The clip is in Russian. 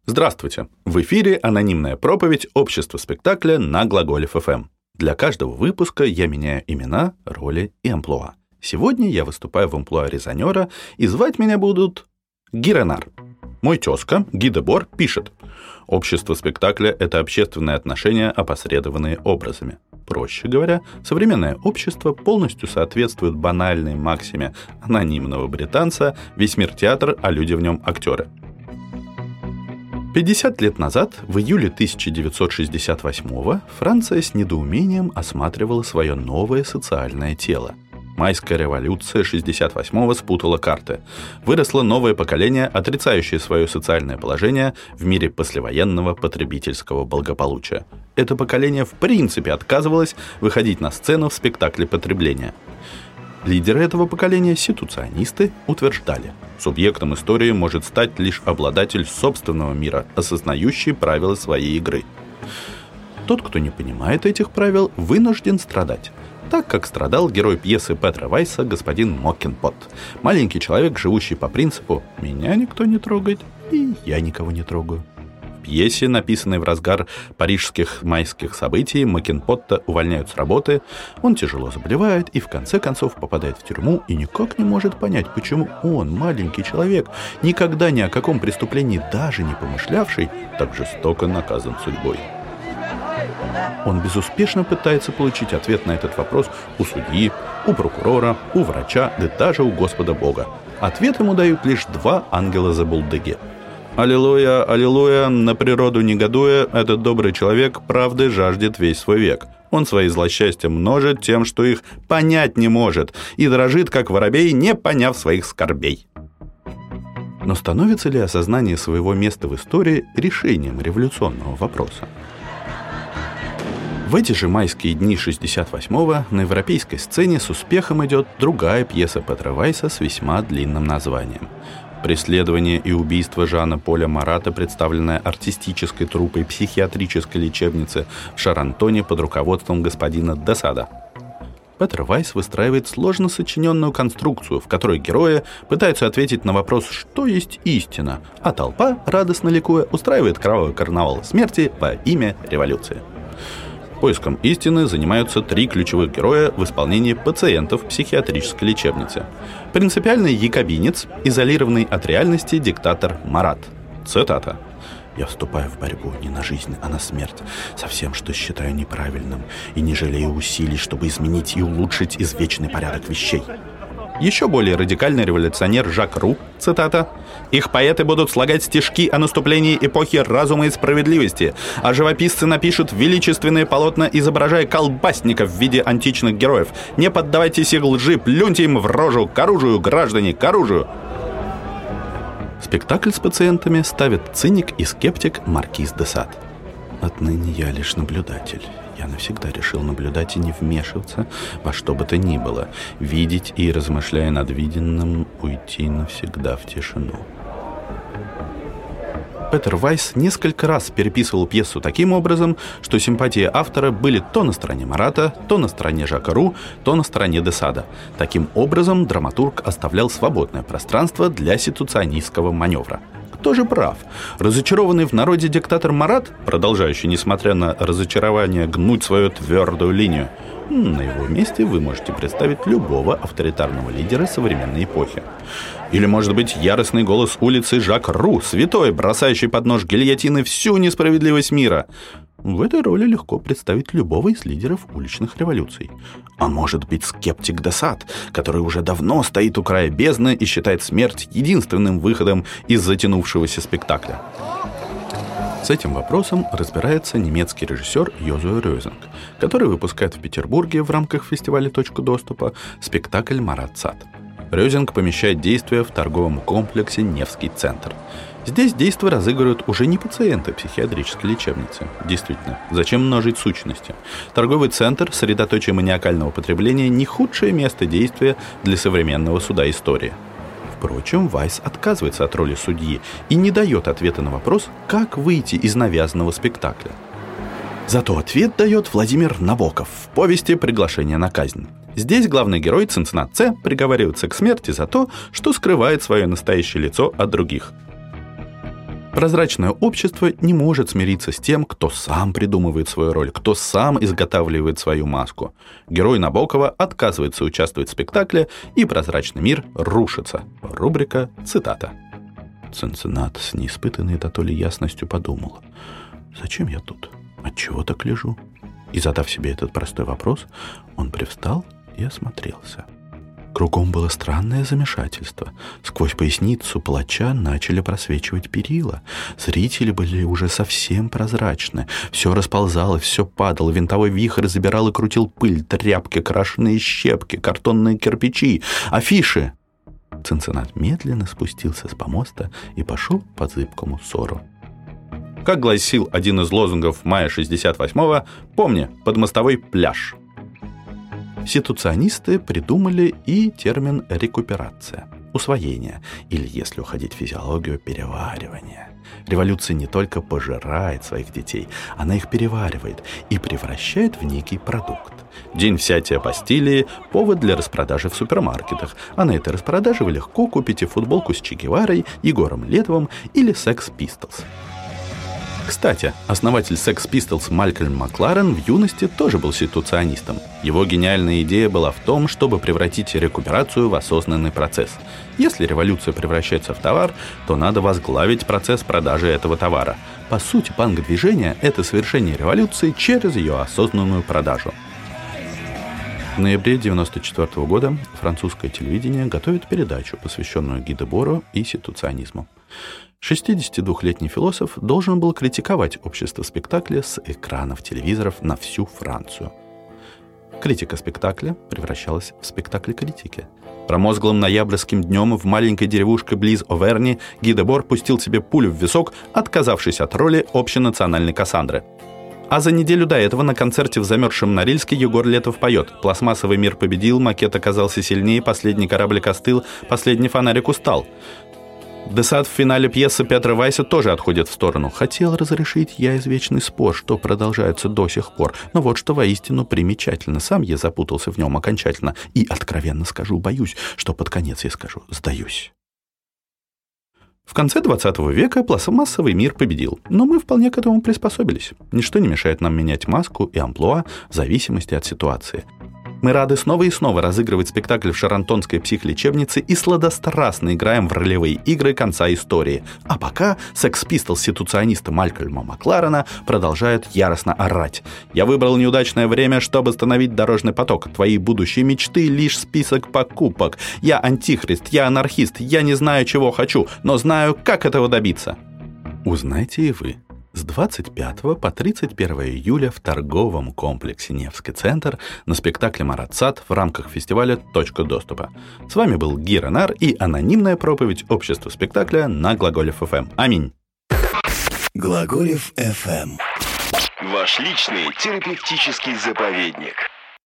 Здравствуйте! В эфире анонимная проповедь общества спектакля на Глаголев ФМ. Для каждого выпуска я меняю имена, роли и амплуа. Сегодня я выступаю в амплуа резонера, и звать меня будут Гиренар. Мой тезка Ги де Бор пишет: общество спектакля — это общественные отношения, опосредованные образами. Проще говоря, современное общество полностью соответствует банальной максиме анонимного британца «Весь мир театр, а люди в нем актеры». 50 лет назад, в июле 1968-го, Франция с недоумением осматривала свое новое социальное тело. Майская революция 68-го спутала карты. Выросло новое поколение, отрицающее свое социальное положение в мире послевоенного потребительского благополучия. Это поколение в принципе отказывалось выходить на сцену в спектакле потребления. Лидеры этого поколения, ситуационисты, утверждали: субъектом истории может стать лишь обладатель собственного мира, осознающий правила своей игры. Тот, кто не понимает этих правил, вынужден страдать. Так как страдал герой пьесы Петра Вайса господин Моккенпот. Маленький человек, живущий по принципу «меня никто не трогает, и я никого не трогаю». В пьесе, написанной в разгар парижских майских событий, Моккенпотта увольняют с работы, он тяжело заболевает и в конце концов попадает в тюрьму и никак не может понять, почему он, маленький человек, никогда ни о каком преступлении даже не помышлявший, так жестоко наказан судьбой. Он безуспешно пытается получить ответ на этот вопрос у судьи, у прокурора, у врача, да даже у Господа Бога. Ответ ему дают лишь два ангела-забулдыги. «Аллилуйя, аллилуйя, на природу негодуя, этот добрый человек правды жаждет весь свой век. Он свои злосчастья множит тем, что их понять не может, и дрожит, как воробей, не поняв своих скорбей». Но становится ли осознание своего места в истории решением революционного вопроса? В эти же майские дни 68-го на европейской сцене с успехом идет другая пьеса Петра Вайса с весьма длинным названием. «Преследование и убийство Жана Поля Марата», представленное артистической труппой психиатрической лечебницы в Шарантоне под руководством господина де Сада. Петр Вайс выстраивает сложно сочиненную конструкцию, в которой герои пытаются ответить на вопрос, что есть истина, а толпа, радостно ликуя, устраивает кровавый карнавал смерти во имя революции. Поиском истины занимаются три ключевых героя в исполнении пациентов психиатрической лечебницы. Принципиальный якобинец, изолированный от реальности диктатор Марат. Цитата: «Я вступаю в борьбу не на жизнь, а на смерть, со всем, что считаю неправильным, и не жалею усилий, чтобы изменить и улучшить извечный порядок вещей». Еще более радикальный революционер Жак Ру, цитата: «Их поэты будут слагать стишки о наступлении эпохи разума и справедливости, а живописцы напишут величественные полотна, изображая колбасников в виде античных героев. Не поддавайтесь их лжи, плюньте им в рожу, к оружию, граждане, к оружию». Спектакль с пациентами ставит циник и скептик маркиз де Сад. «Отныне я лишь наблюдатель. Я навсегда решил наблюдать и не вмешиваться во что бы то ни было, видеть и, размышляя над виденным, уйти навсегда в тишину». Петр Вайс несколько раз переписывал пьесу таким образом, что симпатии автора были то на стороне Марата, то на стороне Жака Ру, то на стороне де Сада. Таким образом, драматург оставлял свободное пространство для ситуационистского маневра. Кто же прав? Разочарованный в народе диктатор Марат, продолжающий, несмотря на разочарование, гнуть свою твердую линию? На его месте вы можете представить любого авторитарного лидера современной эпохи. Или, может быть, яростный голос улицы Жак Ру, святой, бросающий под нож гильотины всю несправедливость мира. В этой роли легко представить любого из лидеров уличных революций. А может быть, скептик де Сад, который уже давно стоит у края бездны и считает смерть единственным выходом из затянувшегося спектакля. С этим вопросом разбирается немецкий режиссер Йозуа Рёзинг, который выпускает в Петербурге в рамках фестиваля «Точка доступа» спектакль «Марат Сад». Рёзинг помещает действие в торговом комплексе «Невский центр». Здесь действия разыгрывают уже не пациенты психиатрической лечебницы. Действительно, зачем множить сущности? Торговый центр, средоточие маниакального потребления, не худшее место действия для современного суда истории. Впрочем, Вайс отказывается от роли судьи и не дает ответа на вопрос, как выйти из навязанного спектакля. Зато ответ дает Владимир Набоков в повести «Приглашение на казнь». Здесь главный герой Цинциннат Ц приговаривается к смерти за то, что скрывает свое настоящее лицо от других. Прозрачное общество не может смириться с тем, кто сам придумывает свою роль, кто сам изготавливает свою маску. Герой Набокова отказывается участвовать в спектакле, и прозрачный мир рушится. Рубрика «Цитата». Цинциннат с неиспытанной дотоле ясностью подумал: «Зачем я тут? Отчего так лежу?» И, задав себе этот простой вопрос, он привстал и осмотрелся. Кругом было странное замешательство. Сквозь поясницу палача начали просвечивать перила. Зрители были уже совсем прозрачны. Все расползалось, все падало. Винтовой вихрь забирал и крутил пыль, тряпки, крашеные щепки, картонные кирпичи, афиши. Цинциннат медленно спустился с помоста и пошел по зыбкому ссору. Как гласил один из лозунгов мая 68-го, помни, под мостовой пляж. Ситуационисты придумали и термин «рекуперация», усвоение, или, если уходить в физиологию, переваривание. Революция не только пожирает своих детей, она их переваривает и превращает в некий продукт. День взятия Бастилии – повод для распродажи в супермаркетах, а на этой распродаже вы легко купите футболку с Че Геварой, Егором Летовым или Sex Pistols. Кстати, основатель Sex Pistols Малькольм Макларен в юности тоже был ситуационистом. Его гениальная идея была в том, чтобы превратить рекуперацию в осознанный процесс. Если революция превращается в товар, то надо возглавить процесс продажи этого товара. По сути, панк-движение – это совершение революции через ее осознанную продажу. В ноябре 1994 года французское телевидение готовит передачу, посвященную Ги Дебору и ситуационизму. 62-летний философ должен был критиковать общество спектакля с экранов телевизоров на всю Францию. Критика спектакля превращалась в спектакль критики. Промозглым ноябрьским днем в маленькой деревушке близ Оверни Ги Дебор пустил себе пулю в висок, отказавшись от роли общенациональной Кассандры. А за неделю до этого на концерте в замерзшем Норильске Егор Летов поет: «Пластмассовый мир победил, макет оказался сильнее, последний кораблик остыл, последний фонарик устал». Десад в финале пьесы Петра Вайса тоже отходит в сторону. «Хотел разрешить я извечный спор, что продолжается до сих пор. Но вот что воистину примечательно. Сам я запутался в нем окончательно. И, откровенно скажу, боюсь, что под конец я скажу: сдаюсь». В конце 20 века пластмассовый мир победил, но мы вполне к этому приспособились. Ничто не мешает нам менять маску и амплуа в зависимости от ситуации. Мы рады снова и снова разыгрывать спектакль в шарантонской психлечебнице и сладострастно играем в ролевые игры конца истории. А пока Sex Pistols ситуациониста Малькольма Макларена продолжает яростно орать: «Я выбрал неудачное время, чтобы остановить дорожный поток. Твои будущие мечты — лишь список покупок. Я антихрист, я анархист, я не знаю, чего хочу, но знаю, как этого добиться». Узнайте и вы. С 25 по 31 июля в торговом комплексе «Невский центр» на спектакле «Марат Сад» в рамках фестиваля «Точка доступа». С вами был Ги Ренар и анонимная проповедь общества спектакля на Глаголев ФМ. Аминь. Глаголев ФМ. Ваш личный терапевтический заповедник.